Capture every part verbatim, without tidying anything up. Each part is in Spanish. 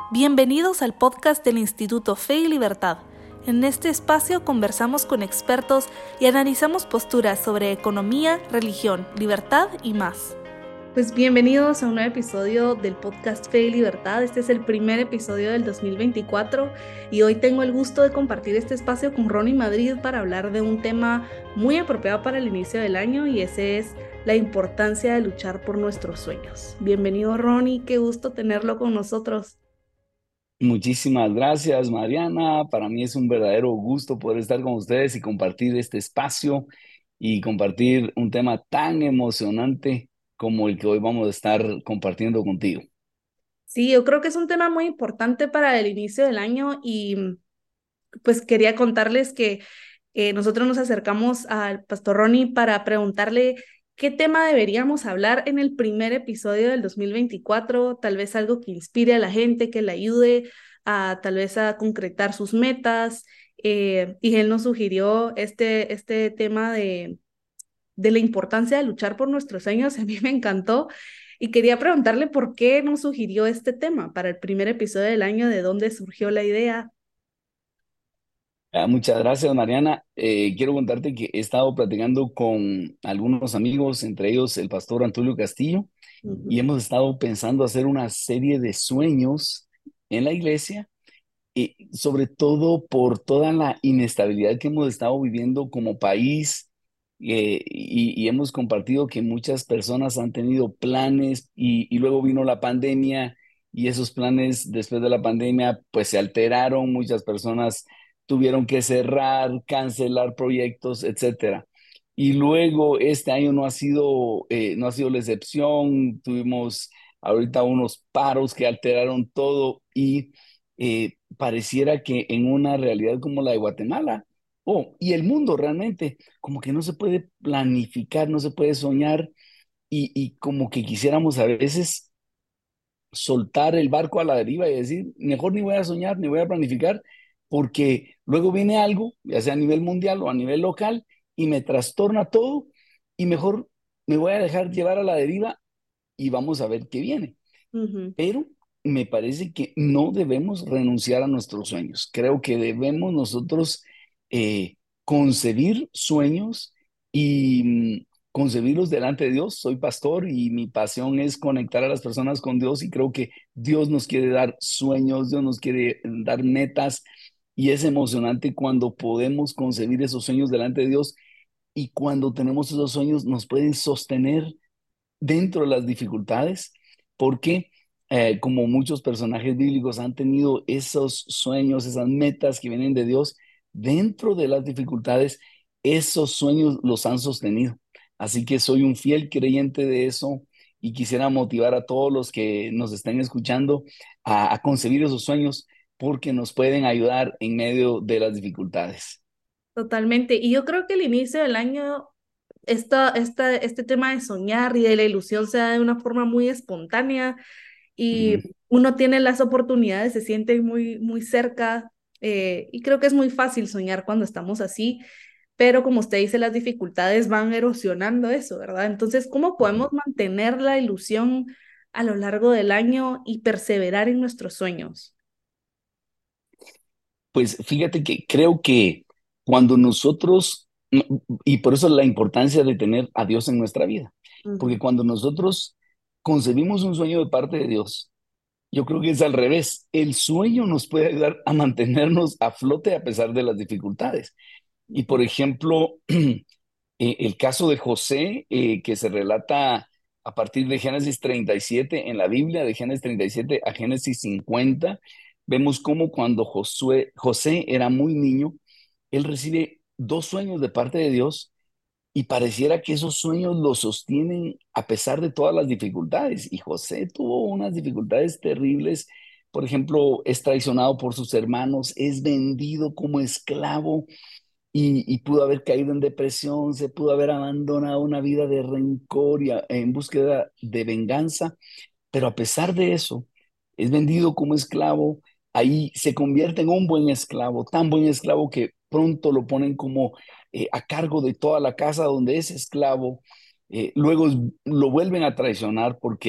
Bienvenidos al podcast del Instituto Fe y Libertad. En este espacio conversamos con expertos y analizamos posturas sobre economía, religión, libertad y más. Pues bienvenidos a un nuevo episodio del podcast Fe y Libertad. Este es el primer episodio del dos mil veinticuatro y hoy tengo el gusto de compartir este espacio con Ronnie Madrid para hablar de un tema muy apropiado para el inicio del año, y ese es la importancia de luchar por nuestros sueños. Bienvenido, Ronnie, qué gusto tenerlo con nosotros. Muchísimas gracias, Mariana. Para mí es un verdadero gusto poder estar con ustedes y compartir este espacio y compartir un tema tan emocionante como el que hoy vamos a estar compartiendo contigo. Sí, yo creo que es un tema muy importante para el inicio del año y pues quería contarles que eh, nosotros nos acercamos al Pastor Ronnie para preguntarle qué tema deberíamos hablar en el primer episodio del dos mil veinticuatro, tal vez algo que inspire a la gente, que le ayude a tal vez a concretar sus metas. Eh, y él nos sugirió este, este tema de, de la importancia de luchar por nuestros sueños. A mí me encantó y quería preguntarle por qué nos sugirió este tema para el primer episodio del año, de dónde surgió la idea. Ah, muchas gracias, Mariana. Eh, quiero contarte que he estado platicando con algunos amigos, entre ellos el pastor Antulio Castillo, y Ujú. hemos estado pensando hacer una serie de sueños en la iglesia, y sobre todo por toda la inestabilidad que hemos estado viviendo como país, eh, y, y hemos compartido que muchas personas han tenido planes y, y luego vino la pandemia y esos planes después de la pandemia pues se alteraron, muchas personas tuvieron que cerrar, cancelar proyectos, etcétera. Y luego este año no ha sido, eh, no ha sido la excepción, tuvimos ahorita unos paros que alteraron todo y eh, pareciera que en una realidad como la de Guatemala, oh, y el mundo realmente, como que no se puede planificar, no se puede soñar y, y como que quisiéramos a veces soltar el barco a la deriva y decir, mejor ni voy a soñar, ni voy a planificar, porque luego viene algo, ya sea a nivel mundial o a nivel local, y me trastorna todo y mejor me voy a dejar llevar a la deriva y vamos a ver qué viene. Ujú. Pero me parece que no debemos renunciar a nuestros sueños. Creo que debemos nosotros eh, concebir sueños y mm, concebirlos delante de Dios. Soy pastor y mi pasión es conectar a las personas con Dios, y creo que Dios nos quiere dar sueños, Dios nos quiere dar metas, y es emocionante cuando podemos concebir esos sueños delante de Dios, y cuando tenemos esos sueños nos pueden sostener dentro de las dificultades, porque eh, como muchos personajes bíblicos han tenido esos sueños, esas metas que vienen de Dios, dentro de las dificultades, esos sueños los han sostenido. Así que soy un fiel creyente de eso y quisiera motivar a todos los que nos estén escuchando a, a concebir esos sueños porque nos pueden ayudar en medio de las dificultades. Totalmente. Y yo creo que el inicio del año, esta, esta, este tema de soñar y de la ilusión se da de una forma muy espontánea y Ujú. uno tiene las oportunidades, se siente muy, muy cerca, eh, y creo que es muy fácil soñar cuando estamos así, pero como usted dice, las dificultades van erosionando eso, ¿verdad? Entonces, ¿cómo podemos mantener la ilusión a lo largo del año y perseverar en nuestros sueños? Pues fíjate que creo que cuando nosotros, y por eso la importancia de tener a Dios en nuestra vida, porque Ujú. cuando nosotros concebimos un sueño de parte de Dios, yo creo que es al revés. El sueño nos puede ayudar a mantenernos a flote a pesar de las dificultades. Y por ejemplo, eh, el caso de José, eh, que se relata a partir de Génesis treinta y siete en la Biblia, de Génesis treinta y siete a Génesis cincuenta, vemos cómo cuando Josué, José era muy niño, él recibe dos sueños de parte de Dios, y pareciera que esos sueños los sostienen a pesar de todas las dificultades. Y José tuvo unas dificultades terribles. Por ejemplo, es traicionado por sus hermanos, es vendido como esclavo, y, y pudo haber caído en depresión, se pudo haber abandonado una vida de rencor y a- en búsqueda de venganza, pero a pesar de eso, es vendido como esclavo, ahí se convierte en un buen esclavo, tan buen esclavo que pronto lo ponen como eh, a cargo de toda la casa donde es esclavo. Eh, luego es- lo vuelven a traicionar porque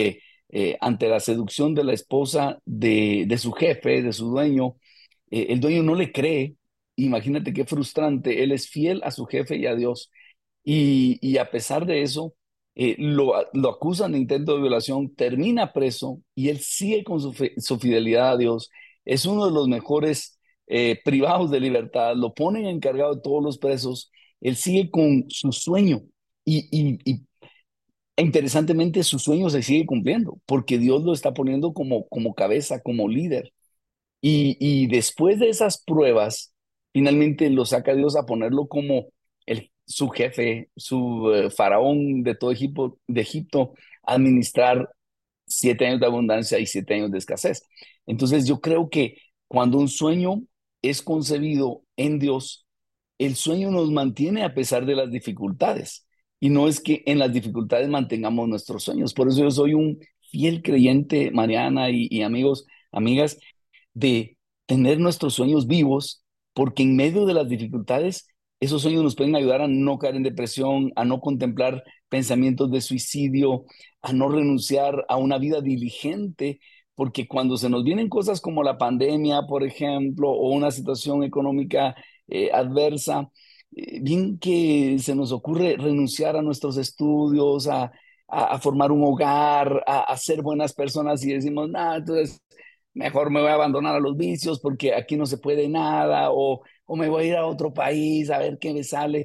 eh, ante la seducción de la esposa de, de su jefe, de su dueño. Eh, el dueño no le cree. Imagínate qué frustrante. Él es fiel a su jefe y a Dios. Y, y a pesar de eso, eh, lo, lo acusan de intento de violación, termina preso y él sigue con su, fe- su fidelidad a Dios. Es uno de los mejores eh, privados de libertad. Lo ponen encargado de todos los presos. Él sigue con su sueño. Y, y, y e interesantemente, su sueño se sigue cumpliendo porque Dios lo está poniendo como, como cabeza, como líder. Y, y después de esas pruebas, finalmente lo saca Dios a ponerlo como el, su jefe, su eh, faraón de todo Egipto, de Egipto, a administrar siete años de abundancia y siete años de escasez. Entonces yo creo que cuando un sueño es concebido en Dios, el sueño nos mantiene a pesar de las dificultades. Y no es que en las dificultades mantengamos nuestros sueños. Por eso yo soy un fiel creyente, Mariana y, y amigos, amigas, de tener nuestros sueños vivos, porque en medio de las dificultades, esos sueños nos pueden ayudar a no caer en depresión, a no contemplar pensamientos de suicidio, a no renunciar a una vida diligente, porque cuando se nos vienen cosas como la pandemia, por ejemplo, o una situación económica eh, adversa, eh, bien que se nos ocurre renunciar a nuestros estudios, a, a, a formar un hogar, a, a ser buenas personas y decimos, nada, entonces mejor me voy a abandonar a los vicios porque aquí no se puede nada, o, o me voy a ir a otro país a ver qué me sale.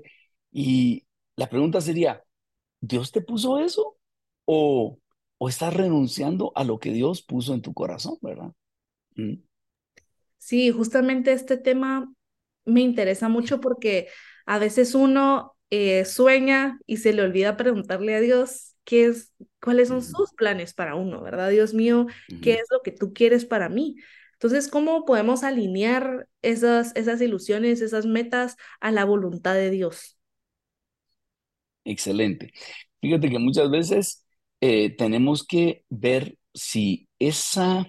Y la pregunta sería, ¿Dios te puso eso? ¿O, o estás renunciando a lo que Dios puso en tu corazón, verdad? Mm, Sí, justamente este tema me interesa mucho porque a veces uno eh, sueña y se le olvida preguntarle a Dios qué es, cuáles son mm, sus planes para uno, ¿verdad? Dios mío, ¿qué mm. es lo que tú quieres para mí? Entonces, ¿cómo podemos alinear esas, esas ilusiones, esas metas a la voluntad de Dios? Excelente. Fíjate que muchas veces eh, tenemos que ver si esa,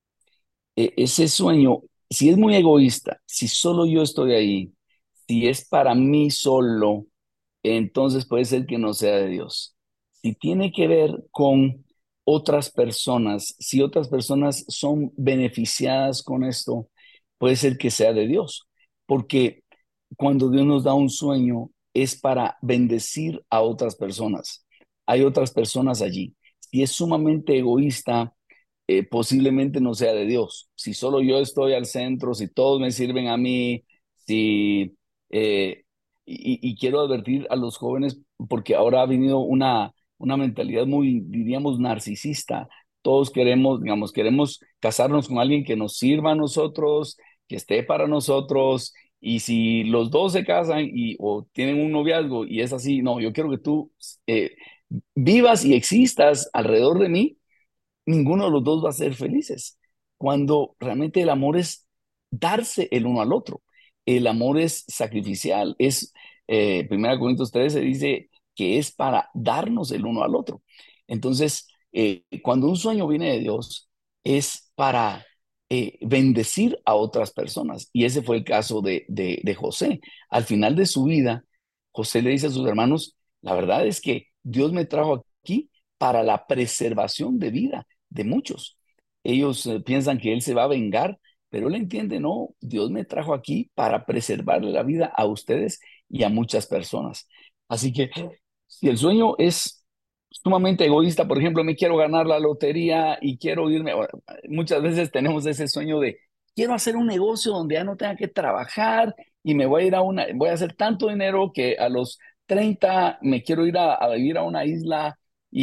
e- ese sueño, si es muy egoísta, si solo yo estoy ahí, si es para mí solo, entonces puede ser que no sea de Dios. Si tiene que ver con otras personas, si otras personas son beneficiadas con esto, puede ser que sea de Dios. Porque cuando Dios nos da un sueño es para bendecir a otras personas. Hay otras personas allí. Si es sumamente egoísta, eh, posiblemente no sea de Dios. Si solo yo estoy al centro, si todos me sirven a mí, si... eh, y, y quiero advertir a los jóvenes, porque ahora ha venido una, una mentalidad muy, diríamos, narcisista. Todos queremos, digamos, queremos casarnos con alguien que nos sirva a nosotros, que esté para nosotros. Y si los dos se casan y, o tienen un noviazgo y es así, no, yo quiero que tú eh, vivas y existas alrededor de mí, ninguno de los dos va a ser felices. Cuando realmente el amor es darse el uno al otro. El amor es sacrificial. Es, eh, Primera Corintios trece dice que es para darnos el uno al otro. Entonces, eh, cuando un sueño viene de Dios, es para eh, bendecir a otras personas. Y ese fue el caso de, de, de José. Al final de su vida, José le dice a sus hermanos, la verdad es que Dios me trajo aquí para la preservación de vida de muchos. Ellos eh, piensan que Él se va a vengar, pero Él entiende, no, Dios me trajo aquí para preservarle la vida a ustedes y a muchas personas. Así que si el sueño es sumamente egoísta, por ejemplo, me quiero ganar la lotería y quiero irme, bueno, muchas veces tenemos ese sueño de, quiero hacer un negocio donde ya no tenga que trabajar y me voy a ir a una, voy a hacer tanto dinero que a los treinta me quiero ir a, a vivir a una isla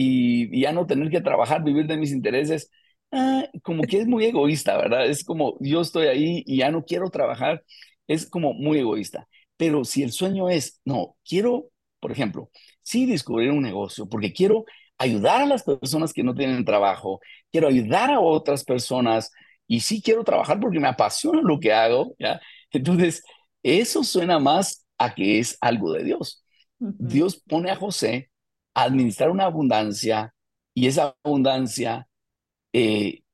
y, y ya no tener que trabajar, vivir de mis intereses. Ah, como que es muy egoísta, ¿verdad? Es como yo estoy ahí y ya no quiero trabajar, es como muy egoísta. Pero si el sueño es, no, quiero, por ejemplo, sí descubrir un negocio, porque quiero ayudar a las personas que no tienen trabajo, quiero ayudar a otras personas y sí quiero trabajar porque me apasiona lo que hago, ¿ya? Entonces, eso suena más a que es algo de Dios. Ujú. Dios pone a José a administrar una abundancia y esa abundancia, eh,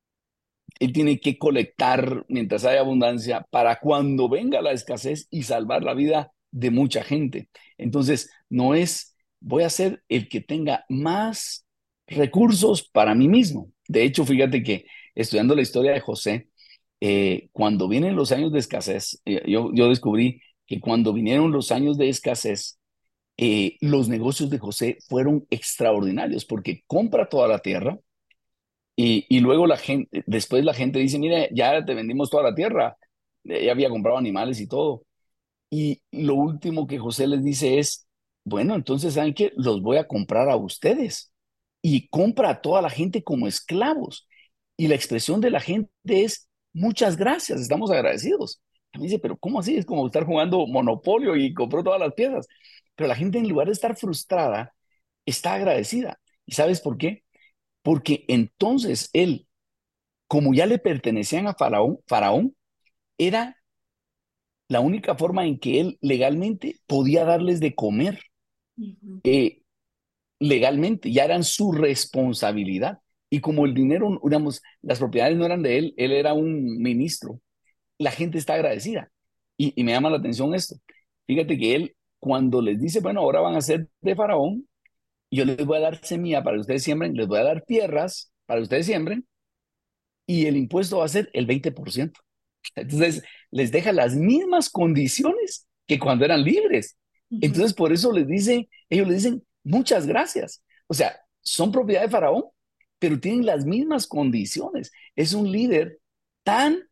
él tiene que colectar mientras hay abundancia para cuando venga la escasez y salvar la vida de mucha gente. Entonces, no es, voy a ser el que tenga más recursos para mí mismo. De hecho, fíjate que estudiando la historia de José, eh, cuando vienen los años de escasez, eh, yo, yo descubrí que cuando vinieron los años de escasez, eh, los negocios de José fueron extraordinarios porque compra toda la tierra y, y luego la gente, después la gente dice, mire, ya te vendimos toda la tierra, eh, ya había comprado animales y todo. Y lo último que José les dice es, bueno, entonces, ¿saben qué? Los voy a comprar a ustedes. Y compra a toda la gente como esclavos. Y la expresión de la gente es, muchas gracias, estamos agradecidos. A mí dice, pero ¿cómo así? Es como estar jugando Monopolio y compró todas las piezas. Pero la gente en lugar de estar frustrada, está agradecida. ¿Y sabes por qué? Porque entonces él, como ya le pertenecían a Faraón, Faraón era la única forma en que él legalmente podía darles de comer, Ujú. eh, legalmente, ya eran su responsabilidad. Y como el dinero, digamos, las propiedades no eran de él, él era un ministro, la gente está agradecida. Y, y me llama la atención esto. Fíjate que él, cuando les dice, bueno, ahora van a ser de Faraón, yo les voy a dar semilla para que ustedes siembren, les voy a dar tierras para que ustedes siembren, y el impuesto va a ser el veinte por ciento. Entonces, les deja las mismas condiciones que cuando eran libres. Ujú. Entonces, por eso les dice, ellos le dicen, muchas gracias. O sea, son propiedad de Faraón, pero tienen las mismas condiciones. Es un líder tan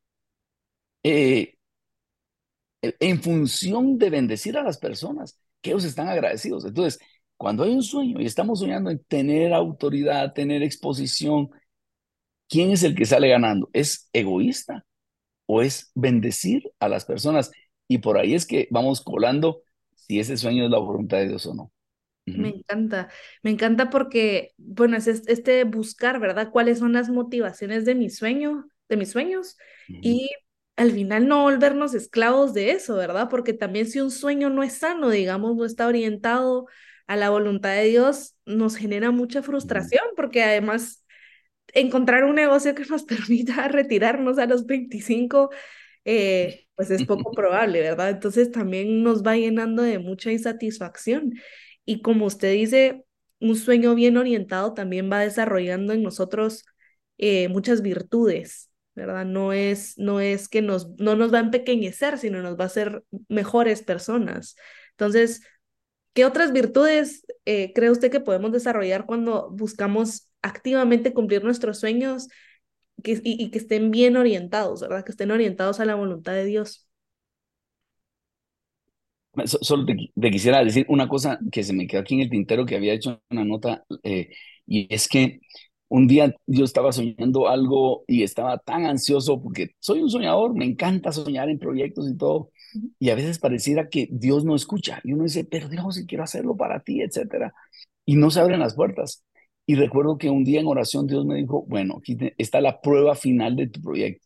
eh, en función de bendecir a las personas que ellos están agradecidos. Entonces, cuando hay un sueño y estamos soñando en tener autoridad, tener exposición, ¿quién es el que sale ganando? ¿Es egoísta o es bendecir a las personas? Y por ahí es que vamos colando si ese sueño es la voluntad de Dios o no. Me Ujú, encanta, me encanta porque, bueno, es es- este buscar, ¿verdad? ¿Cuáles son las motivaciones de mi sueño, de mis sueños? ujú, Y al final no volvernos esclavos de eso, ¿verdad? Porque también si un sueño no es sano, digamos, no está orientado a la voluntad de Dios, nos genera mucha ujú. frustración, porque además encontrar un negocio que nos permita retirarnos a los veinticinco, eh, pues es poco probable, ¿verdad? Entonces también nos va llenando de mucha insatisfacción. Y como usted dice, un sueño bien orientado también va desarrollando en nosotros eh, muchas virtudes, ¿verdad? No es, no es que nos, no nos va a empequeñecer, sino nos va a hacer mejores personas. Entonces, ¿qué otras virtudes eh, cree usted que podemos desarrollar cuando buscamos activamente cumplir nuestros sueños que, y, y que estén bien orientados, ¿verdad? Que estén orientados a la voluntad de Dios. So- Solo te, te quisiera decir una cosa que se me quedó aquí en el tintero que había hecho una nota, eh, y es que un día yo estaba soñando algo y estaba tan ansioso porque soy un soñador, me encanta soñar en proyectos y todo, Ujú. y a veces pareciera que Dios no escucha y uno dice, pero Dios, si quiero hacerlo para ti, etcétera, y no se abren las puertas. Y recuerdo que un día en oración Dios me dijo, bueno, aquí te- está la prueba final de tu proyecto.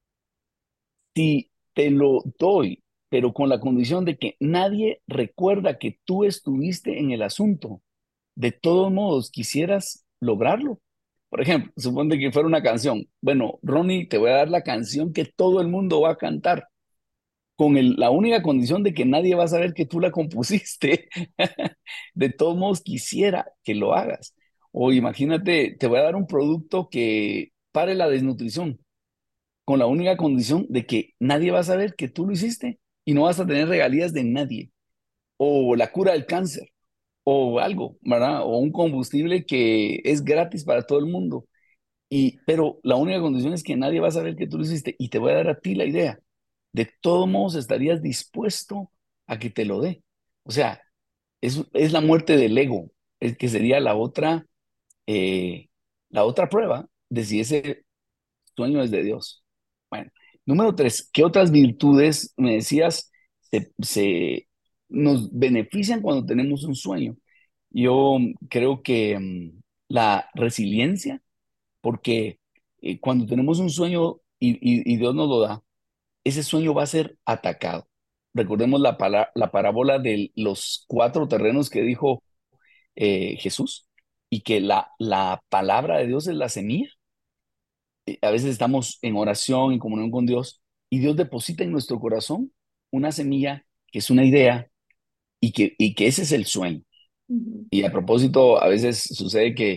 Si te lo doy, pero con la condición de que nadie recuerda que tú estuviste en el asunto, de todos modos quisieras lograrlo. Por ejemplo, suponte que fuera una canción. Bueno, Ronnie, te voy a dar la canción que todo el mundo va a cantar, con el- la única condición de que nadie va a saber que tú la compusiste. De todos modos, quisiera que lo hagas. O imagínate, te voy a dar un producto que pare la desnutrición con la única condición de que nadie va a saber que tú lo hiciste y no vas a tener regalías de nadie, o la cura del cáncer, o algo, ¿verdad? O un combustible que es gratis para todo el mundo. Y, pero la única condición es que nadie va a saber que tú lo hiciste y te voy a dar a ti la idea. De todos modos, estarías dispuesto a que te lo dé. O sea, es, es la muerte del ego, es que sería la otra, eh, la otra prueba de si ese sueño es de Dios. Bueno, número tres, ¿qué otras virtudes, me decías, se, se- nos benefician cuando tenemos un sueño? Yo creo que mm, la resiliencia, porque eh, cuando tenemos un sueño y, y- y Dios nos lo da, ese sueño va a ser atacado. Recordemos la, pala- la parábola de los cuatro terrenos que dijo eh, Jesús, y que la, la palabra de Dios es la semilla. Eh, a veces estamos en oración, en comunión con Dios, y Dios deposita en nuestro corazón una semilla que es una idea y que, y que ese es el sueño. Ujú. Y a propósito, a veces sucede que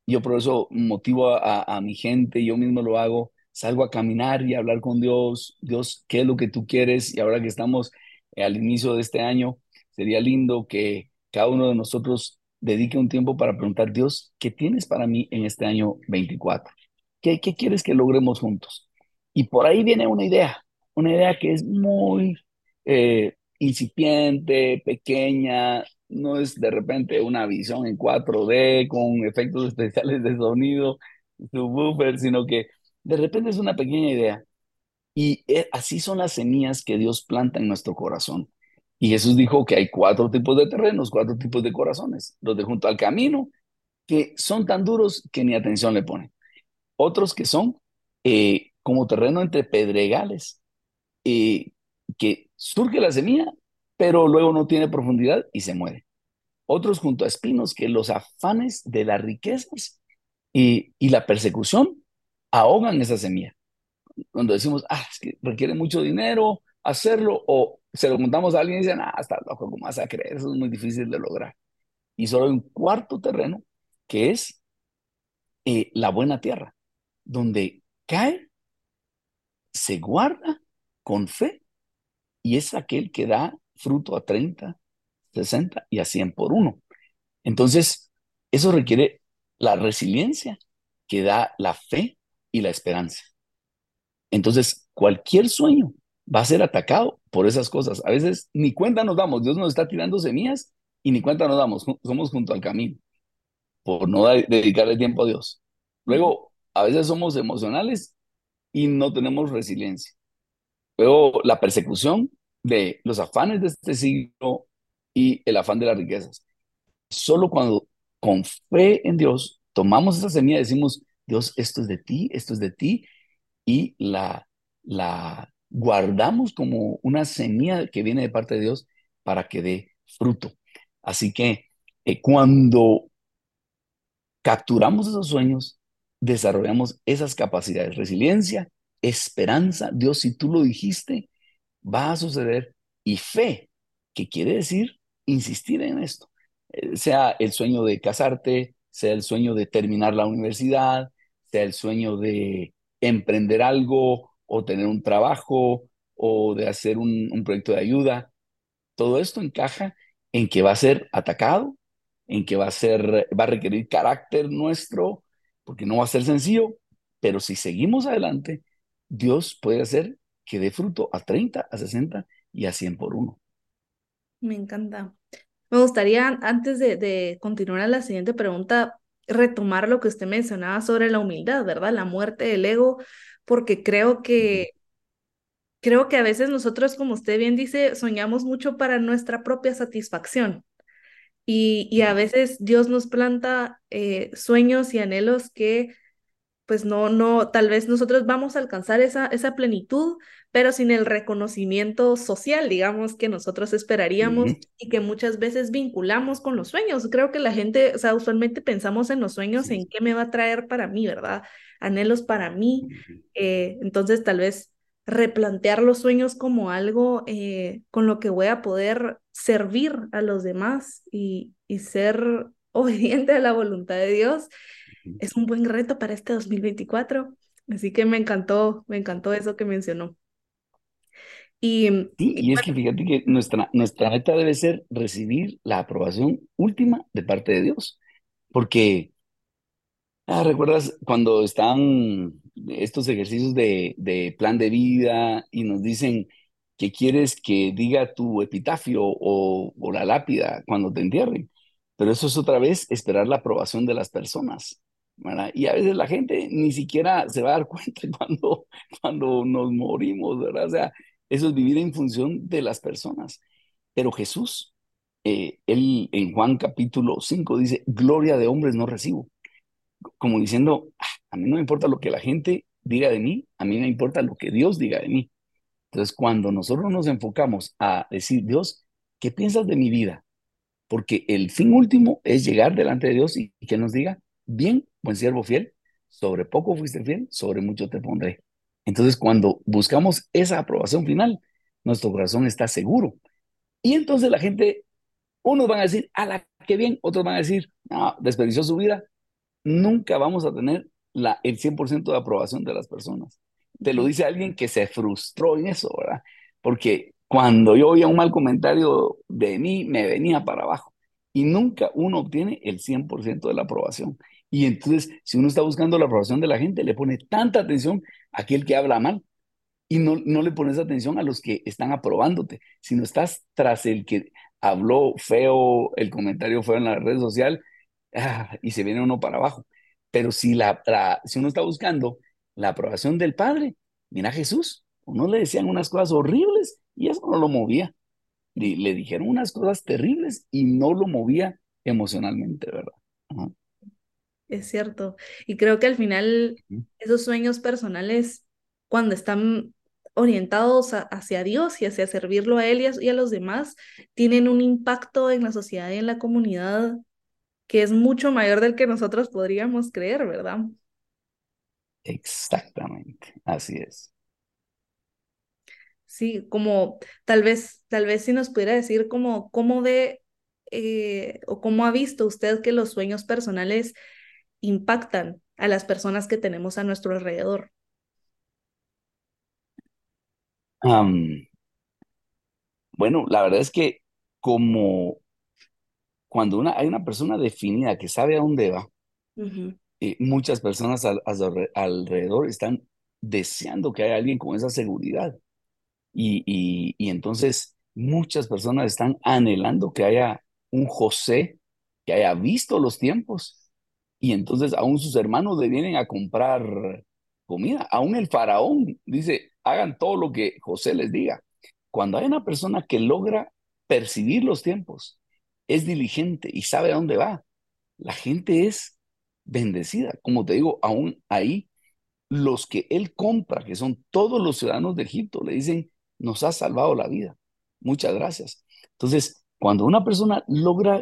Yo por eso motivo a, a mi gente, yo mismo lo hago, salgo a caminar y a hablar con Dios. Dios, ¿qué es lo que tú quieres? Y ahora que estamos eh, al inicio de este año, sería lindo que cada uno de nosotros dedique un tiempo para preguntar, Dios, ¿qué tienes para mí en este año veinticuatro? ¿Qué, qué quieres que logremos juntos? Y por ahí viene una idea, una idea que es muy eh, incipiente, pequeña, no es de repente una visión en cuatro D con efectos especiales de sonido, subwoofer, sino que de repente es una pequeña idea. Y eh, así son las semillas que Dios planta en nuestro corazón. Y Jesús dijo que hay cuatro tipos de terrenos, cuatro tipos de corazones. Los de junto al camino, que son tan duros que ni atención le ponen. Otros que son eh, como terreno entre pedregales, eh, que surge la semilla, pero luego no tiene profundidad y se muere. Otros junto a espinos, que los afanes de las riquezas y, y la persecución ahogan esa semilla. Cuando decimos, ah, es que requiere mucho dinero hacerlo, o se lo contamos a alguien y dicen, ah, está loco, ¿cómo vas a creer? Eso es muy difícil de lograr. Y solo hay un cuarto terreno, que es eh, la buena tierra, donde cae, se guarda con fe, y es aquel que da fruto a treinta, sesenta y a cien por uno. Entonces, eso requiere la resiliencia que da la fe y la esperanza. Entonces, cualquier sueño va a ser atacado por esas cosas. A veces ni cuenta nos damos, Dios nos está tirando semillas y ni cuenta nos damos, somos junto al camino por no de- dedicarle tiempo a Dios. Ujú. Luego, a veces somos emocionales y no tenemos resiliencia. Luego, la persecución de los afanes de este siglo y el afán de las riquezas. Solo cuando con fe en Dios tomamos esa semilla y decimos, Dios, esto es de ti, esto es de ti, y la, la guardamos como una semilla que viene de parte de Dios para que dé fruto. Así que eh, cuando capturamos esos sueños, desarrollamos esas capacidades, resiliencia, esperanza. Dios, si tú lo dijiste, va a suceder. Y fe, que quiere decir insistir en esto. Eh, sea el sueño de casarte, sea el sueño de terminar la universidad, sea el sueño de emprender algo o tener un trabajo o de hacer un, un proyecto de ayuda. Todo esto encaja en que va a ser atacado, en que va a ser, va a requerir carácter nuestro, porque no va a ser sencillo, pero si seguimos adelante, Dios puede hacer que dé fruto a treinta, a sesenta y a cien por uno. Me encanta. Me gustaría, antes de, de continuar a la siguiente pregunta, retomar lo que usted mencionaba sobre la humildad, ¿verdad? La muerte del ego, porque creo Ujú. que, creo que a veces nosotros, como usted bien dice, soñamos mucho para nuestra propia satisfacción. Y, y a veces Dios nos planta eh, sueños y anhelos que pues no, no, tal vez nosotros vamos a alcanzar esa, esa plenitud, pero sin el reconocimiento social, digamos, que nosotros esperaríamos Ujú. y que muchas veces vinculamos con los sueños. Creo que la gente, o sea, usualmente pensamos en los sueños, Sí. en qué me va a traer para mí, ¿verdad? Anhelos para mí. Ujú. Eh, entonces, tal vez replantear los sueños como algo eh, con lo que voy a poder servir a los demás y, y ser obediente a la voluntad de Dios Ujú. es un buen reto para este dos mil veinticuatro. Así que me encantó, me encantó eso que mencionó. Y, Sí, y y es que fíjate que nuestra, nuestra meta debe ser recibir la aprobación última de parte de Dios, porque ah, ¿recuerdas cuando están estos ejercicios de, de plan de vida y nos dicen que quieres que diga tu epitafio o, o la lápida cuando te entierren? Pero eso es otra vez esperar la aprobación de las personas, ¿verdad? Y a veces la gente ni siquiera se va a dar cuenta cuando, cuando nos morimos, ¿verdad? O sea, eso es vivir en función de las personas. Pero Jesús, eh, él en Juan capítulo cinco dice, gloria de hombres no recibo, como diciendo, "Ah, a mí no me importa lo que la gente diga de mí, a mí me importa lo que Dios diga de mí". Entonces, cuando nosotros nos enfocamos a decir, Dios, ¿qué piensas de mi vida? Porque el fin último es llegar delante de Dios y, y que nos diga, bien, buen siervo fiel, sobre poco fuiste fiel, sobre mucho te pondré. Entonces, cuando buscamos esa aprobación final, nuestro corazón está seguro. Y entonces la gente, unos van a decir, a la que bien, otros van a decir, no, desperdició su vida, nunca vamos a tener la, el cien por ciento de aprobación de las personas. Te lo Ujú. dice alguien que se frustró en eso, ¿verdad? Porque cuando yo oía un mal comentario de mí, me venía para abajo. Y nunca uno obtiene el cien por ciento de la aprobación. Y entonces, si uno está buscando la aprobación de la gente, le pone tanta atención a aquel que habla mal y no, no le pones atención a los que están aprobándote, sino estás tras el que habló feo, el comentario feo en la red social, ah, y se viene uno para abajo. Pero si, la, la- si uno está buscando la aprobación del Padre, mira a Jesús, uno le decían unas cosas horribles y eso no lo movía. Le, le dijeron unas cosas terribles y no lo movía emocionalmente, ¿verdad? Ajá. Es cierto. Y creo que al final esos sueños personales, cuando están orientados a- hacia Dios y hacia servirlo a Él y a, y a los demás, tienen un impacto en la sociedad y en la comunidad que es mucho mayor del que nosotros podríamos creer, ¿verdad? Exactamente, así es. Sí, como tal vez, tal vez si nos pudiera decir como cómo ve eh, o cómo ha visto usted que los sueños personales impactan a las personas que tenemos a nuestro alrededor. Am, bueno, la verdad es que como cuando una, hay una persona definida que sabe a dónde va, Ujú. eh, muchas personas al- alre- alrededor están deseando que haya alguien con esa seguridad. Y, y, y entonces muchas personas están anhelando que haya un José que haya visto los tiempos. Y entonces aún sus hermanos le vienen a comprar comida. Aún el faraón dice, hagan todo lo que José les diga. Cuando hay una persona que logra percibir los tiempos, es diligente y sabe a dónde va, la gente es bendecida. Como te digo, aún ahí los que él compra, que son todos los ciudadanos de Egipto, le dicen, nos has salvado la vida. Muchas gracias. Entonces, cuando una persona logra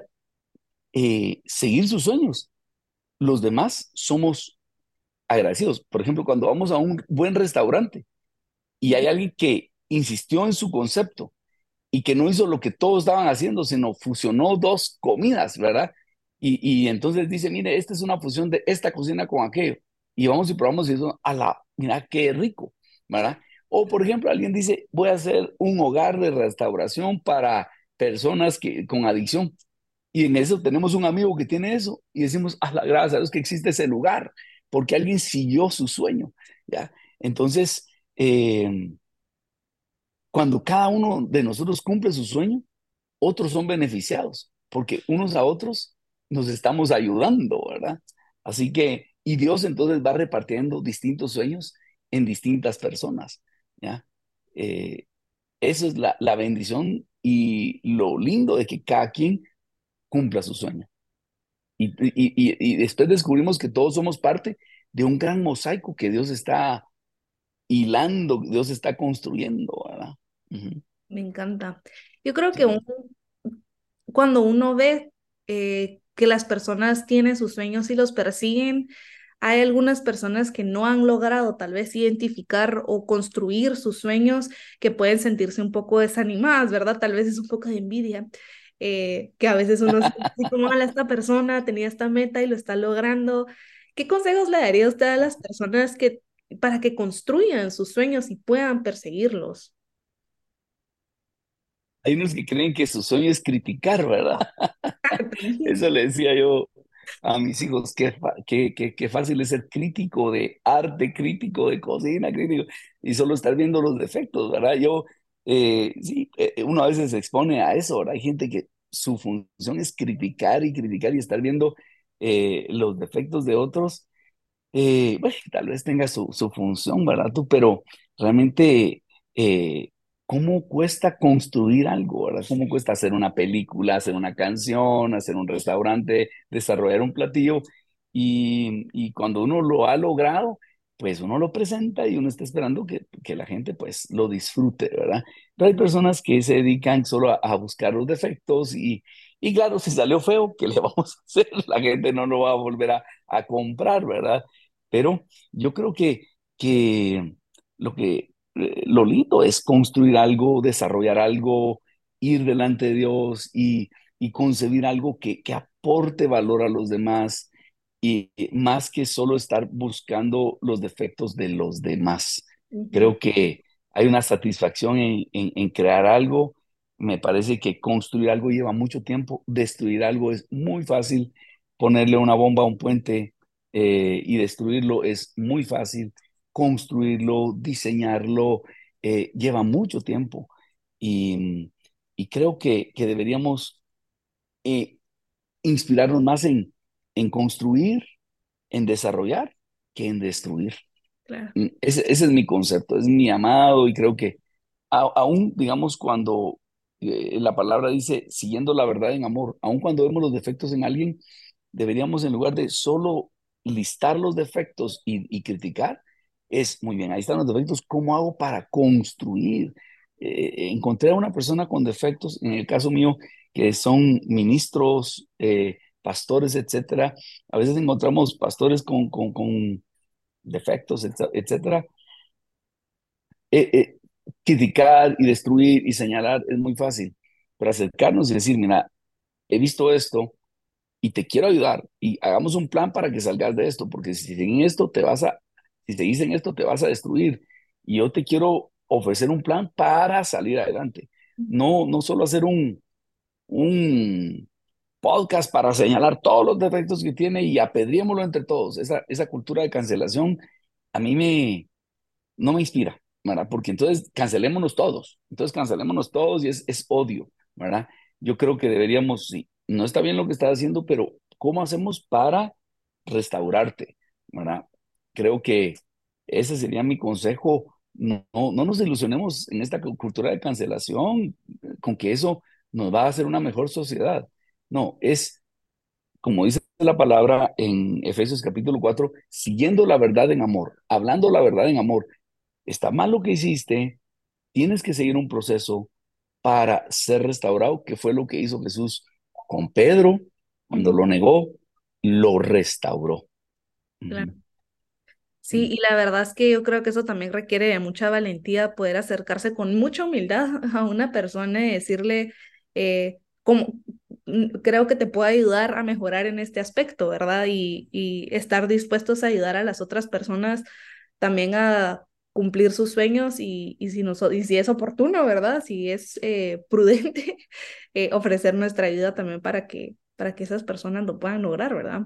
eh, seguir sus sueños, los demás somos agradecidos. Por ejemplo, cuando vamos a un buen restaurante y hay alguien que insistió en su concepto y que no hizo lo que todos estaban haciendo, sino fusionó dos comidas, ¿verdad? Y, y entonces dice, mire, esta es una fusión de esta cocina con aquello. Y vamos y probamos y eso, a la, mira qué rico, ¿verdad? O por ejemplo, alguien dice, voy a hacer un hogar de restauración para personas que, con adicción. Y en eso tenemos un amigo que tiene eso y decimos, a la gracias a Dios que existe ese lugar, porque alguien siguió su sueño, ¿ya? Entonces, eh, cuando cada uno de nosotros cumple su sueño, otros son beneficiados, porque unos a otros nos estamos ayudando, ¿verdad? Así que, y Dios entonces va repartiendo distintos sueños en distintas personas, ¿ya? Eh, Eso es la, la bendición y lo lindo de que cada quien cumpla su sueño. Y, y, y, y después descubrimos que todos somos parte de un gran mosaico que Dios está hilando, Dios está construyendo, ¿verdad? Ujú. Me encanta. Yo creo que un- Sí. cuando uno ve eh, que las personas tienen sus sueños y los persiguen, hay algunas personas que no han logrado tal vez identificar o construir sus sueños que pueden sentirse un poco desanimadas, ¿verdad? Tal vez es un poco de envidia, eh, que a veces uno siente así como, "Ala, esta persona tenía esta meta y lo está logrando". ¿Qué consejos le daría usted a las personas que para que construyan sus sueños y puedan perseguirlos? Hay unos que creen que su sueño es criticar, ¿verdad? También. Eso le decía yo a mis hijos, qué, fa- qué, qué, qué fácil es ser crítico de arte, crítico de cocina, crítico, y solo estar viendo los defectos, ¿verdad? Yo, eh, sí, eh, uno a veces se expone a eso, ¿verdad? Hay gente que su función es criticar y criticar y estar viendo eh, los defectos de otros. Eh, bueno, tal vez tenga su, su función, ¿verdad? Tú, pero realmente, eh, ¿cómo cuesta construir algo, ¿verdad? ¿Cómo cuesta hacer una película, hacer una canción, hacer un restaurante, desarrollar un platillo? Y, y cuando uno lo ha logrado, pues uno lo presenta y uno está esperando que, que la gente pues lo disfrute, ¿verdad? Pero hay personas que se dedican solo a, a buscar los defectos y, y claro, si salió feo, ¿qué le vamos a hacer? La gente no lo va a volver a, a comprar, ¿verdad? Pero yo creo que, que lo que eh, lo lindo es construir algo, desarrollar algo, ir delante de Dios y, y concebir algo que, que aporte valor a los demás. y y más que solo estar buscando los defectos de los demás. Ujú. Creo que hay una satisfacción en, en- en crear algo. Me parece que construir algo lleva mucho tiempo, destruir algo es muy fácil, ponerle una bomba a un puente eh, y destruirlo es muy fácil, construirlo, diseñarlo, eh, lleva mucho tiempo. Y, y creo que, que deberíamos eh, inspirarnos más en, en construir, en desarrollar, que en destruir. Claro. Mm, Ese, ese es mi concepto, es mi amado y creo que a- aún, digamos, cuando eh, la palabra dice siguiendo la verdad en amor, aún cuando vemos los defectos en alguien, deberíamos en lugar de solo listar los defectos y, y criticar, es muy bien, ahí están los defectos, ¿cómo hago para construir? Eh, encontré a una persona con defectos, en el caso mío, que son ministros, eh, pastores, etcétera. A veces encontramos pastores con, con, con defectos, etc- etcétera. Eh, eh, Criticar y destruir y señalar es muy fácil, pero acercarnos y decir, mira, he visto esto y te quiero ayudar y hagamos un plan para que salgas de esto, porque si en esto te vas a, si te dicen esto te vas a destruir y yo te quiero ofrecer un plan para salir adelante. No, no solo hacer un, un podcast para señalar todos los defectos que tiene y apedriémoslo entre todos. Esa, esa cultura de cancelación a mí me, no me inspira, ¿verdad? Porque entonces cancelémonos todos, entonces cancelémonos todos y es, es odio, ¿verdad? Yo creo que deberíamos, sí, no está bien lo que estás haciendo, pero ¿cómo hacemos para restaurarte, ¿verdad? Creo que ese sería mi consejo. No, no, no nos ilusionemos en esta cu- cultura de cancelación con que eso nos va a hacer una mejor sociedad. No, es como dice la palabra en Efesios capítulo cuatro, siguiendo la verdad en amor, hablando la verdad en amor. Está mal lo que hiciste, tienes que seguir un proceso para ser restaurado, que fue lo que hizo Jesús con Pedro, cuando Ujú. lo negó, lo restauró. Claro. Ujú. Sí, y la verdad es que yo creo que eso también requiere de mucha valentía poder acercarse con mucha humildad a una persona y decirle, eh, cómo, mm, creo que te puedo ayudar a mejorar en este aspecto, ¿verdad? Y, y estar dispuestos a ayudar a las otras personas también a cumplir sus sueños y, y, si, nos, y si es oportuno, ¿verdad? Si es eh, prudente, eh, ofrecer nuestra ayuda también para que, para que esas personas lo puedan lograr, ¿verdad?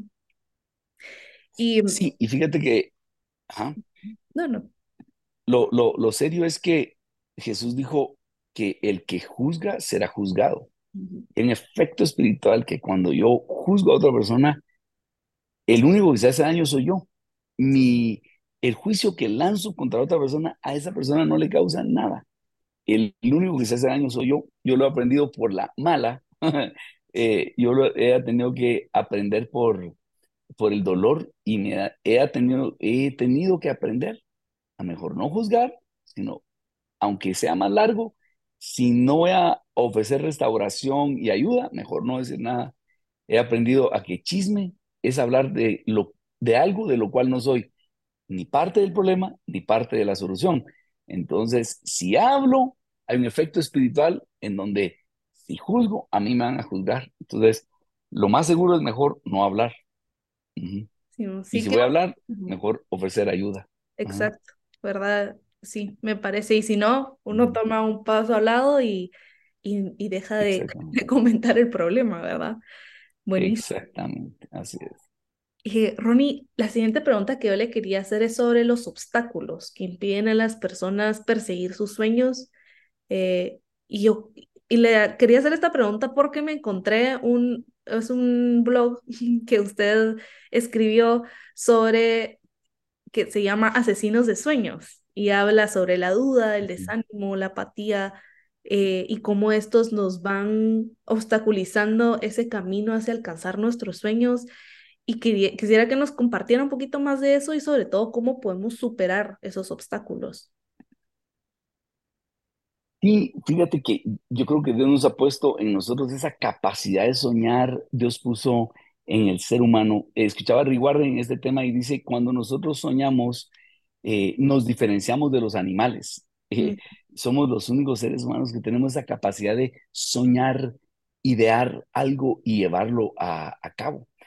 Y Sí, y fíjate que ajá, no, no. lo, lo, lo serio es que Jesús dijo que el que juzga será juzgado. Ujú. En efecto espiritual, que cuando yo juzgo a otra persona, el único que se hace daño soy yo. Mi, el juicio que lanzo contra otra persona, a esa persona no le causa nada. El, el único que se hace daño soy yo. Yo lo he aprendido por la mala. Eh, yo lo he tenido que aprender por, por el dolor y me ha- he tenido, he tenido que aprender a mejor no juzgar, sino, aunque sea más largo, si no voy a ofrecer restauración y ayuda, mejor no decir nada. He aprendido a que chisme es hablar de, lo, de algo de lo cual no soy ni parte del problema ni parte de la solución. Entonces, si hablo, hay un efecto espiritual en donde si juzgo, a mí me van a juzgar. Entonces, lo más seguro es mejor no hablar. Ujú. Sí, no, Y sí si que, voy a hablar, ujú, mejor ofrecer ayuda. Ajá. exacto, ¿verdad? Sí, me parece. Y si no, uno Ujú. toma un paso al lado y, y, y deja de, de Exactamente. comentar el problema, ¿verdad? Buenísimo. Exactamente. Así es. Eh, Ronnie, la siguiente pregunta que yo le quería hacer es sobre los obstáculos que impiden a las personas perseguir sus sueños. Eh, y yo y le quería hacer esta pregunta porque me encontré un, es un blog que usted escribió sobre que se llama Asesinos de Sueños y habla sobre la duda, el Ujú. desánimo, la apatía, eh, y cómo estos nos van obstaculizando ese camino hacia alcanzar nuestros sueños. Y quería- quisiera que nos compartiera un poquito más de eso y sobre todo cómo podemos superar esos obstáculos. Y fíjate que yo creo que Dios nos ha puesto en nosotros esa capacidad de soñar. Dios puso en el ser humano. Eh, Escuchaba a Reward en este tema y dice, cuando nosotros soñamos, eh, nos diferenciamos de los animales. Eh, Mm. somos los únicos seres humanos que tenemos esa capacidad de soñar, idear algo y llevarlo a, a cabo.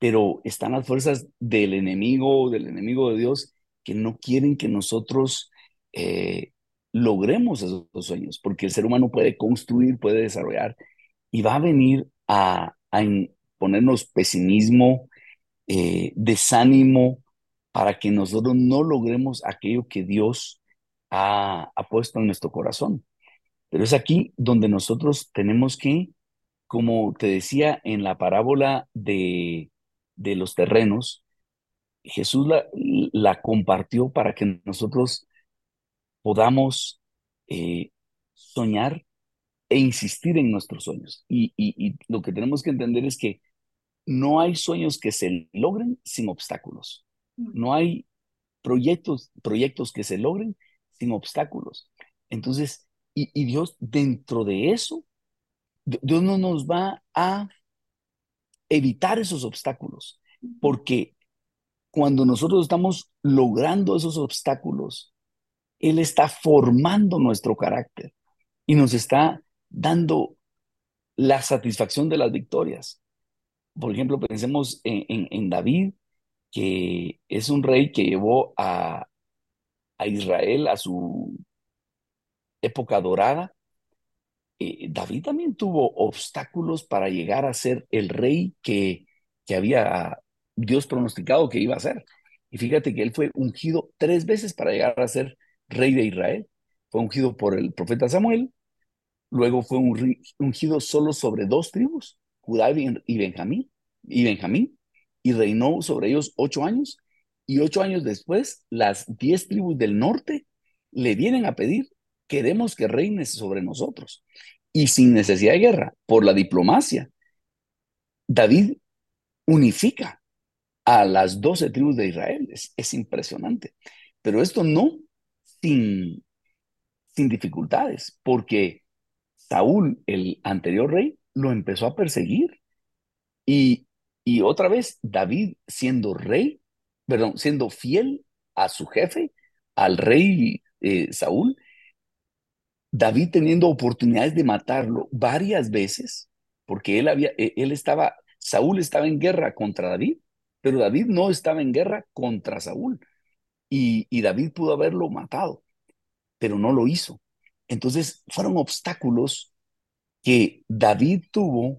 pero están las fuerzas del enemigo, del enemigo de Dios, que no quieren que nosotros eh, logremos esos sueños, porque el ser humano puede construir, puede desarrollar, y va a venir a, a in- ponernos pesimismo, eh, desánimo, para que nosotros no logremos aquello que Dios ha, ha puesto en nuestro corazón. Pero es aquí donde nosotros tenemos que, como te decía en la parábola de, de los terrenos, Jesús la, la compartió para que nosotros podamos eh, soñar e insistir en nuestros sueños. Y, y, y lo que tenemos que entender es que no hay sueños que se logren sin obstáculos. No hay proyectos, proyectos que se logren sin obstáculos. Entonces, y, y Dios dentro de eso, Dios no nos va a evitar esos obstáculos, porque cuando nosotros estamos logrando esos obstáculos, Él está formando nuestro carácter y nos está dando la satisfacción de las victorias. Por ejemplo, pensemos en, en, en David, que es un rey que llevó a, a Israel a su época dorada. Eh, David también tuvo obstáculos para llegar a ser el rey que, que había Dios pronosticado que iba a ser. Y fíjate que él fue ungido tres veces para llegar a ser rey de Israel. Fue ungido por el profeta Samuel, luego fue un- ungido solo sobre dos tribus, Judá y Ben- y Benjamín, y Benjamín, y reinó sobre ellos ocho años. Y ocho años después, las diez tribus del norte le vienen a pedir, queremos que reines sobre nosotros. Y sin necesidad de guerra, por la diplomacia, David unifica a las doce tribus de Israel. Es, es impresionante. Pero esto no sin, sin dificultades, porque Saúl, el anterior rey, lo empezó a perseguir. Y, y otra vez, David siendo rey, perdón, siendo fiel a su jefe, al rey eh, Saúl, David teniendo oportunidades de matarlo varias veces, porque él había, eh, él estaba, Saúl estaba en guerra contra David, pero David no estaba en guerra contra Saúl. Y, y David pudo haberlo matado, pero no lo hizo. Entonces fueron obstáculos que David tuvo,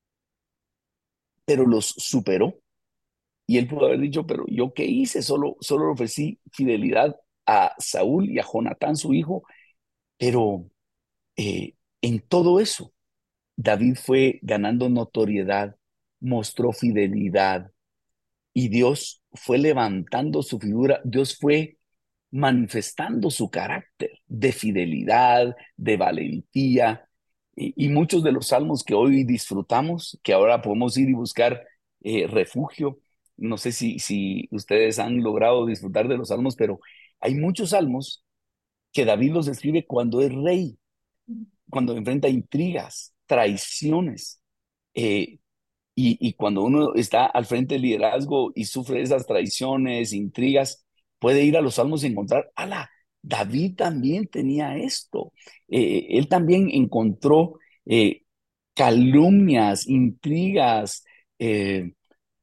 pero los superó. Y él pudo haber dicho, pero ¿yo qué hice? Solo, solo le ofrecí fidelidad a Saúl y a Jonatán, su hijo, pero eh, en todo eso, David fue ganando notoriedad, mostró fidelidad y Dios fue levantando su figura, Dios fue manifestando su carácter de fidelidad, de valentía. Y, y muchos de los salmos que hoy disfrutamos, que ahora podemos ir y buscar eh, refugio, no sé si, si ustedes han logrado disfrutar de los salmos, pero hay muchos salmos que David los escribe cuando es rey, cuando enfrenta intrigas, traiciones. eh, y, y cuando uno está al frente del liderazgo y sufre esas traiciones, intrigas, puede ir a los salmos y encontrar, ala, David también tenía esto. Eh, él también encontró eh, calumnias, intrigas, eh,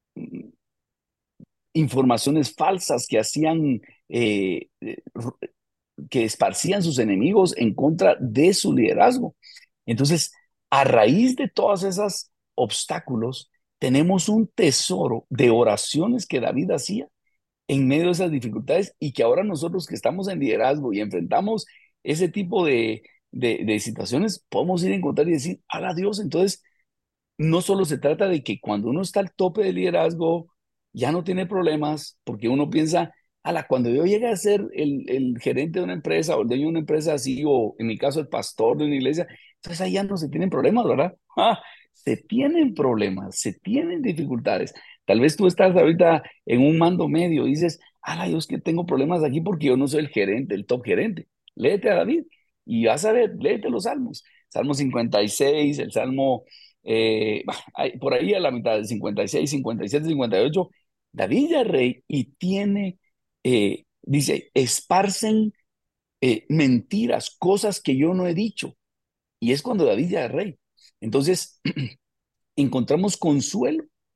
informaciones falsas que hacían, eh, eh, que esparcían sus enemigos en contra de su liderazgo. Entonces, a raíz de todos esos obstáculos, tenemos un tesoro de oraciones que David hacía en medio de esas dificultades y que ahora nosotros que estamos en liderazgo y enfrentamos ese tipo de, de, de situaciones, podemos ir a encontrar y decir, a Dios, entonces no solo se trata de que cuando uno está al tope de liderazgo, ya no tiene problemas, porque uno piensa, ala, cuando yo llegue a ser el, el gerente de una empresa o el dueño de una empresa así, o en mi caso el pastor de una iglesia, entonces ahí ya no se tienen problemas, ¿verdad? Ah, se tienen problemas, se tienen dificultades. Tal vez tú estás ahorita en un mando medio y dices, ala, yo es que tengo problemas aquí porque yo no soy el gerente, el top gerente. Léete a David y vas a ver, léete los salmos. Salmo cincuenta y seis, el Salmo eh, hay- por ahí a la mitad del cincuenta y seis, cincuenta y siete, cincuenta y ocho, David ya es rey y tiene, eh, dice, esparcen eh, mentiras, cosas que yo no he dicho. Y es cuando David ya es rey. Entonces, encontramos consuelo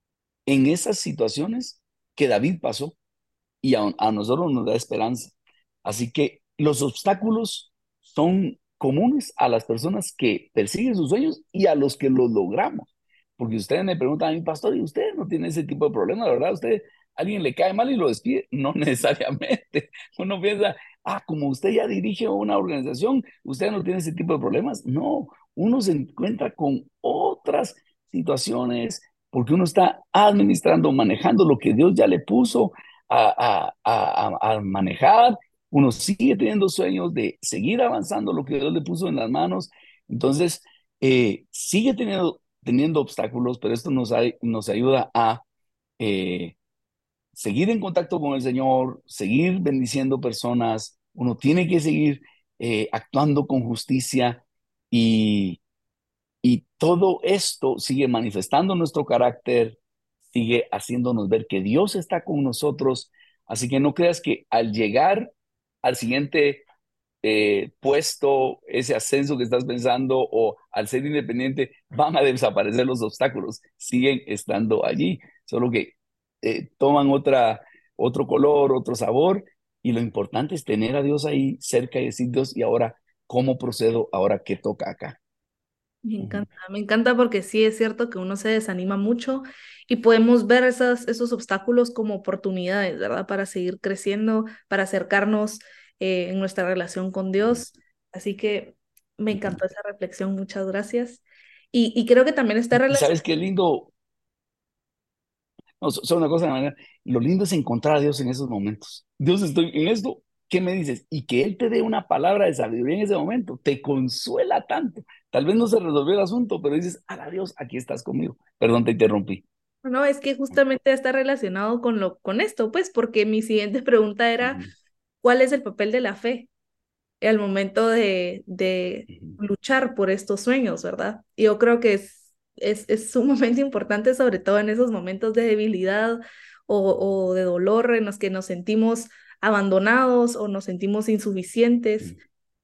en esas situaciones que David pasó y a, a nosotros nos da esperanza. Así que los obstáculos son comunes a las personas que persiguen sus sueños y a los que los logramos. Porque ustedes me preguntan a mi pastor, ¿y usted no tiene ese tipo de problemas, verdad? ¿Usted, alguien le cae mal y lo despide? No necesariamente. Uno piensa, ah, como usted ya dirige una organización, usted no tiene ese tipo de problemas. No, uno se encuentra con otras situaciones porque uno está administrando, manejando lo que Dios ya le puso a, a, a, a manejar, uno sigue teniendo sueños de seguir avanzando lo que Dios le puso en las manos, entonces eh, sigue teniendo, teniendo obstáculos, pero esto nos, hay, nos ayuda a eh, seguir en contacto con el Señor, seguir bendiciendo personas, uno tiene que seguir eh, actuando con justicia y, y todo esto sigue manifestando nuestro carácter, sigue haciéndonos ver que Dios está con nosotros. Así que no creas que al llegar al siguiente eh, puesto, ese ascenso que estás pensando o al ser independiente, van a desaparecer los obstáculos. Siguen estando allí, solo que eh, toman otra, otro color, otro sabor. Y lo importante es tener a Dios ahí cerca y decir, Dios, ¿y ahora cómo procedo? ¿Ahora qué toca acá? Me Ujú. encanta, me encanta porque sí es cierto que uno se desanima mucho y podemos ver esas, esos obstáculos como oportunidades, ¿verdad? Para seguir creciendo, para acercarnos eh, en nuestra relación con Dios. Así que me Ujú. encantó esa reflexión, muchas gracias. Y, y creo que también está Y, y relacionado. sabes qué lindo, no, so- solo una cosa, de manera, lo lindo es encontrar a Dios en esos momentos. Dios, estoy en esto, ¿qué me dices? Y que Él te dé una palabra de sabiduría en ese momento, te consuela tanto. Tal vez no se resolvió el asunto, pero dices, a Dios, aquí estás conmigo. Perdón, te interrumpí. No, es que justamente está relacionado con lo, con esto, pues, porque mi siguiente pregunta era, Ujú, ¿cuál es el papel de la fe al momento de, de ujú. luchar por estos sueños, ¿verdad? Y yo creo que es, es, es sumamente importante, sobre todo en esos momentos de debilidad o, o de dolor en los que nos sentimos abandonados o nos sentimos insuficientes.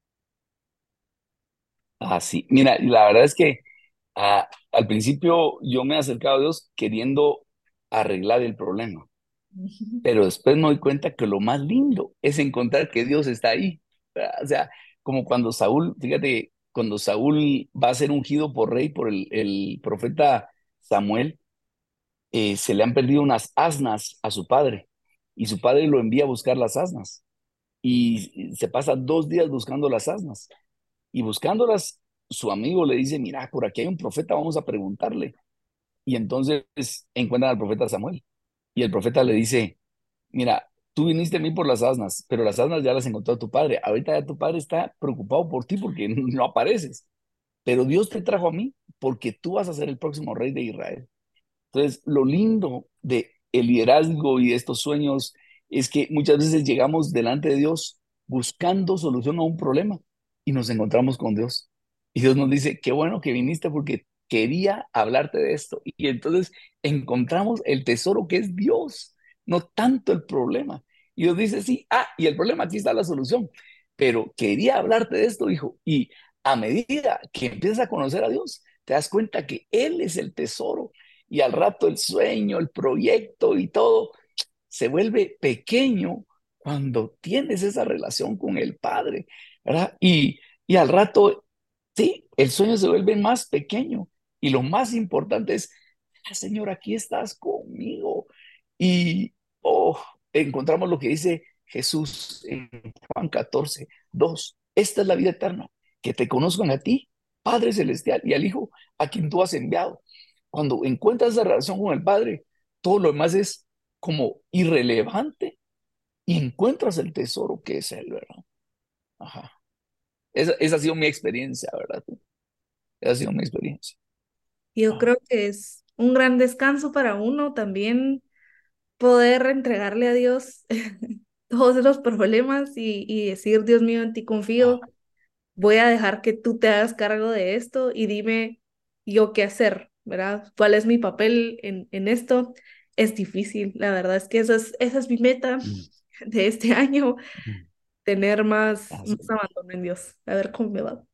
Ah, sí. Mira, y la verdad es que ah, al principio yo me he acercado a Dios queriendo arreglar el problema. Pero después me doy cuenta que lo más lindo es encontrar que Dios está ahí. O sea, como cuando Saúl, fíjate, cuando Saúl va a ser ungido por rey por el, el profeta Samuel, eh, se le han perdido unas asnas a su padre y su padre lo envía a buscar las asnas y se pasa dos días buscando las asnas y buscándolas, su amigo le dice, mira, por aquí hay un profeta, vamos a preguntarle. Y entonces encuentran al profeta Samuel y el profeta le dice, mira, tú viniste a mí por las asnas, pero las asnas ya las encontró tu padre. Ahorita ya tu padre está preocupado por ti porque no apareces. Pero Dios te trajo a mí porque tú vas a ser el próximo rey de Israel. Entonces, lo lindo de el liderazgo y de estos sueños es que muchas veces llegamos delante de Dios buscando solución a un problema y nos encontramos con Dios. Y Dios nos dice, qué bueno que viniste porque quería hablarte de esto. Y entonces encontramos el tesoro que es Dios, no tanto el problema. Y Dios dice, sí, ah, y el problema, aquí está la solución. Pero quería hablarte de esto, hijo. Y a medida que empiezas a conocer a Dios, te das cuenta que Él es el tesoro y al rato el sueño, el proyecto y todo se vuelve pequeño cuando tienes esa relación con el Padre, ¿verdad? Y, y al rato, sí, el sueño se vuelve más pequeño y lo más importante es, ah, Señor, aquí estás conmigo. Y oh, encontramos lo que dice Jesús en Juan catorce dos. Esta es la vida eterna, que te conozcan a ti, Padre Celestial, y al Hijo a quien tú has enviado. Cuando encuentras esa relación con el Padre, todo lo demás es como irrelevante y encuentras el tesoro que es Él, ¿verdad? Ajá. Esa, esa ha sido mi experiencia, ¿verdad? Esa ha sido mi experiencia. Y yo Ajá. creo que es un gran descanso para uno también poder entregarle a Dios todos los problemas y, y decir, Dios mío, en ti confío, Ah, voy a dejar que tú te hagas cargo de esto y dime yo qué hacer, ¿verdad? ¿Cuál es mi papel en, en esto? Es difícil, la verdad es que esa es, esa es mi meta mm, de este año, mm, tener más, así, más abandono en Dios, a ver cómo me va.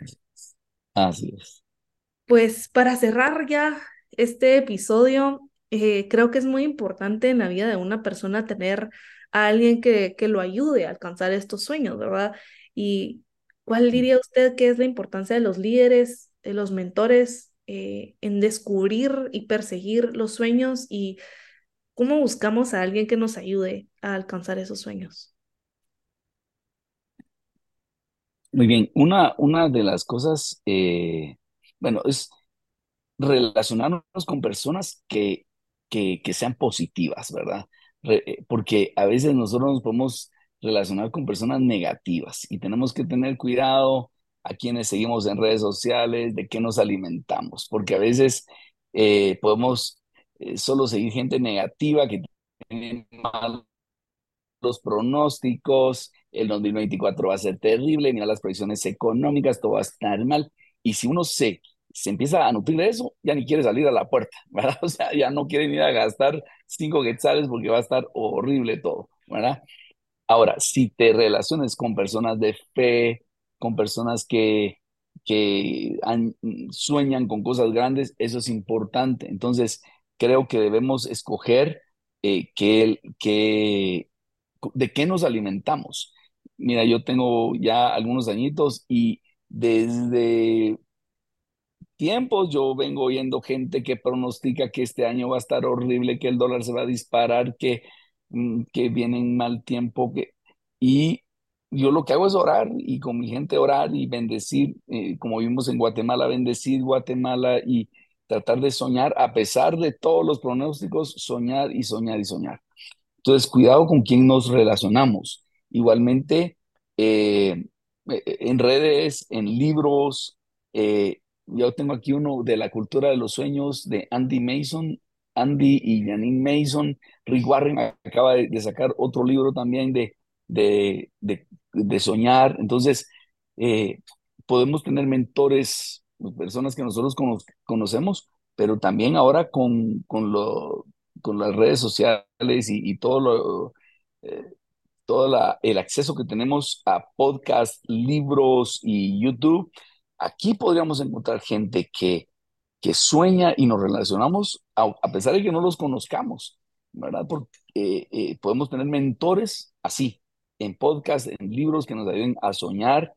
así es. Pues para cerrar ya este episodio, eh, creo que es muy importante en la vida de una persona tener a alguien que, que lo ayude a alcanzar estos sueños, ¿verdad? ¿Y cuál diría usted que es la importancia de los líderes, de los mentores, eh, en descubrir y perseguir los sueños y cómo buscamos a alguien que nos ayude a alcanzar esos sueños? Muy bien, una, una de las cosas, eh, bueno, es relacionarnos con personas que, que, que sean positivas, ¿verdad? Re- eh, porque a veces nosotros nos podemos relacionar con personas negativas y tenemos que tener cuidado a quienes seguimos en redes sociales, de qué nos alimentamos, porque a veces eh, podemos eh, solo seguir gente negativa que tiene malos pronósticos, el dos mil veinticuatro va a ser terrible, mira las proyecciones económicas, todo va a estar mal. Y si uno se, se empieza a nutrir de eso, ya ni quiere salir a la puerta, ¿verdad? O sea, ya no quiere ir a gastar cinco quetzales porque va a estar horrible todo, ¿verdad? Ahora, si te relaciones con personas de fe, con personas que, que han- sueñan con cosas grandes, eso es importante. Entonces, creo que debemos escoger eh, qué, qué- de qué nos alimentamos. Mira, yo tengo ya algunos añitos y desde tiempos yo vengo oyendo gente que pronostica que este año va a estar horrible, que el dólar se va a disparar, que, mm, que viene en mal tiempo, que... y yo lo que hago es orar y con mi gente orar y bendecir, eh, como vimos en Guatemala, bendecir Guatemala y tratar de soñar a pesar de todos los pronósticos, soñar y soñar y soñar. Entonces, cuidado con quién nos relacionamos. Igualmente, eh, eh, en redes, en libros, eh, yo tengo aquí uno de la cultura de los sueños de Andy Mason, Andy y Janine Mason. Rick Warren acaba de, de sacar otro libro también de, de, de, de soñar. Entonces, eh, podemos tener mentores, personas que nosotros cono- conocemos, pero también ahora con, con lo con las redes sociales y, y todo lo, eh, todo la- el acceso que tenemos a podcasts, libros y YouTube, aquí podríamos encontrar gente que, que sueña y nos relacionamos a, a pesar de que no los conozcamos, ¿verdad? Porque eh, eh, podemos tener mentores así, en podcasts, en libros que nos ayuden a soñar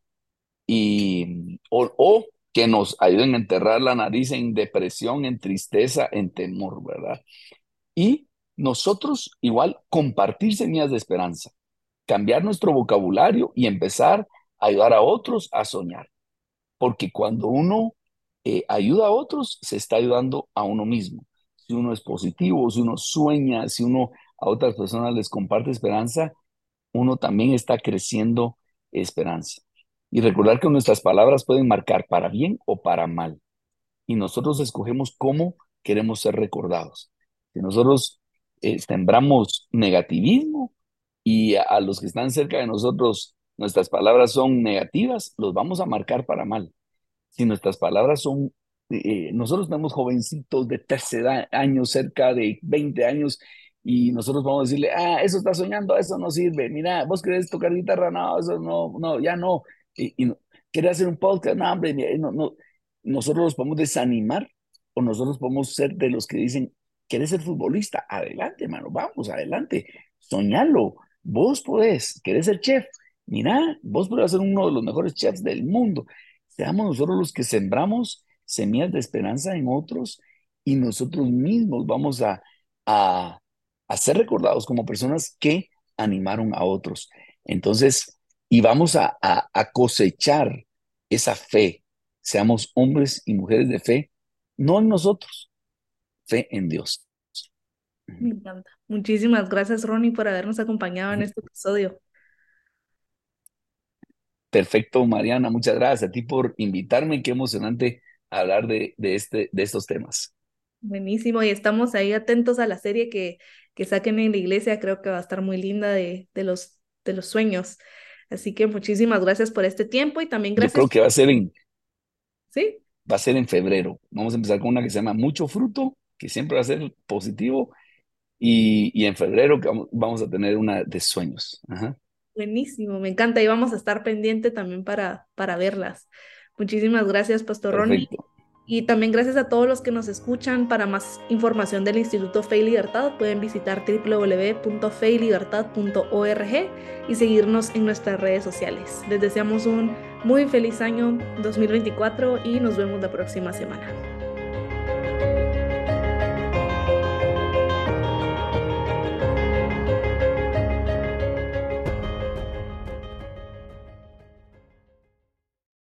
y, o, o que nos ayuden a enterrar la nariz en depresión, en tristeza, en temor, ¿verdad? Y nosotros igual compartir semillas de esperanza, cambiar nuestro vocabulario y empezar a ayudar a otros a soñar. Porque cuando uno eh, ayuda a otros, se está ayudando a uno mismo. Si uno es positivo, si uno sueña, si uno a otras personas les comparte esperanza, uno también está creciendo esperanza. Y recordar que nuestras palabras pueden marcar para bien o para mal y nosotros escogemos cómo queremos ser recordados. Si nosotros eh, sembramos negativismo y a, a los que están cerca de nosotros, nuestras palabras son negativas, los vamos a marcar para mal. Si nuestras palabras son, eh, nosotros tenemos jovencitos de tercera años, cerca de veinte años, y nosotros vamos a decirle, ah, eso está soñando, eso no sirve, mira, vos querés tocar guitarra, no, eso no, no, ya no, y, y no- querés hacer un podcast, no, hombre, mira, no, no, nosotros los podemos desanimar o nosotros podemos ser de los que dicen, ¿querés ser futbolista? Adelante, hermano, vamos, adelante, soñalo, vos podés, ¿querés ser chef? Mira, vos podés ser uno de los mejores chefs del mundo. Seamos nosotros los que sembramos semillas de esperanza en otros y nosotros mismos vamos a, a, a ser recordados como personas que animaron a otros. Entonces, y vamos a, a, a cosechar esa fe. Seamos hombres y mujeres de fe, no en nosotros, fe en Dios. Me encanta. Muchísimas gracias, Ronnie, por habernos acompañado en este episodio. Perfecto, Mariana, muchas gracias a ti por invitarme. Qué emocionante hablar de, de, este, de estos temas. Buenísimo, y estamos ahí atentos a la serie que, que saquen en la iglesia, creo que va a estar muy linda de, de los, de los sueños. Así que muchísimas gracias por este tiempo y también Yo creo gracias, que va a ser en, ¿sí? va a ser en febrero. Vamos a empezar con una que se llama Mucho Fruto, que siempre va a ser positivo, y, y en febrero que vamos, vamos a tener una de sueños. Ajá. Buenísimo, me encanta y vamos a estar pendiente también para, para verlas. Muchísimas gracias, Pastor Ronnie. Perfecto. Y también gracias a todos los que nos escuchan. Para más información del Instituto Fe y Libertad pueden visitar w w w punto fe y libertad punto org y seguirnos en nuestras redes sociales. Les deseamos un muy feliz año dos mil veinticuatro y nos vemos la próxima semana.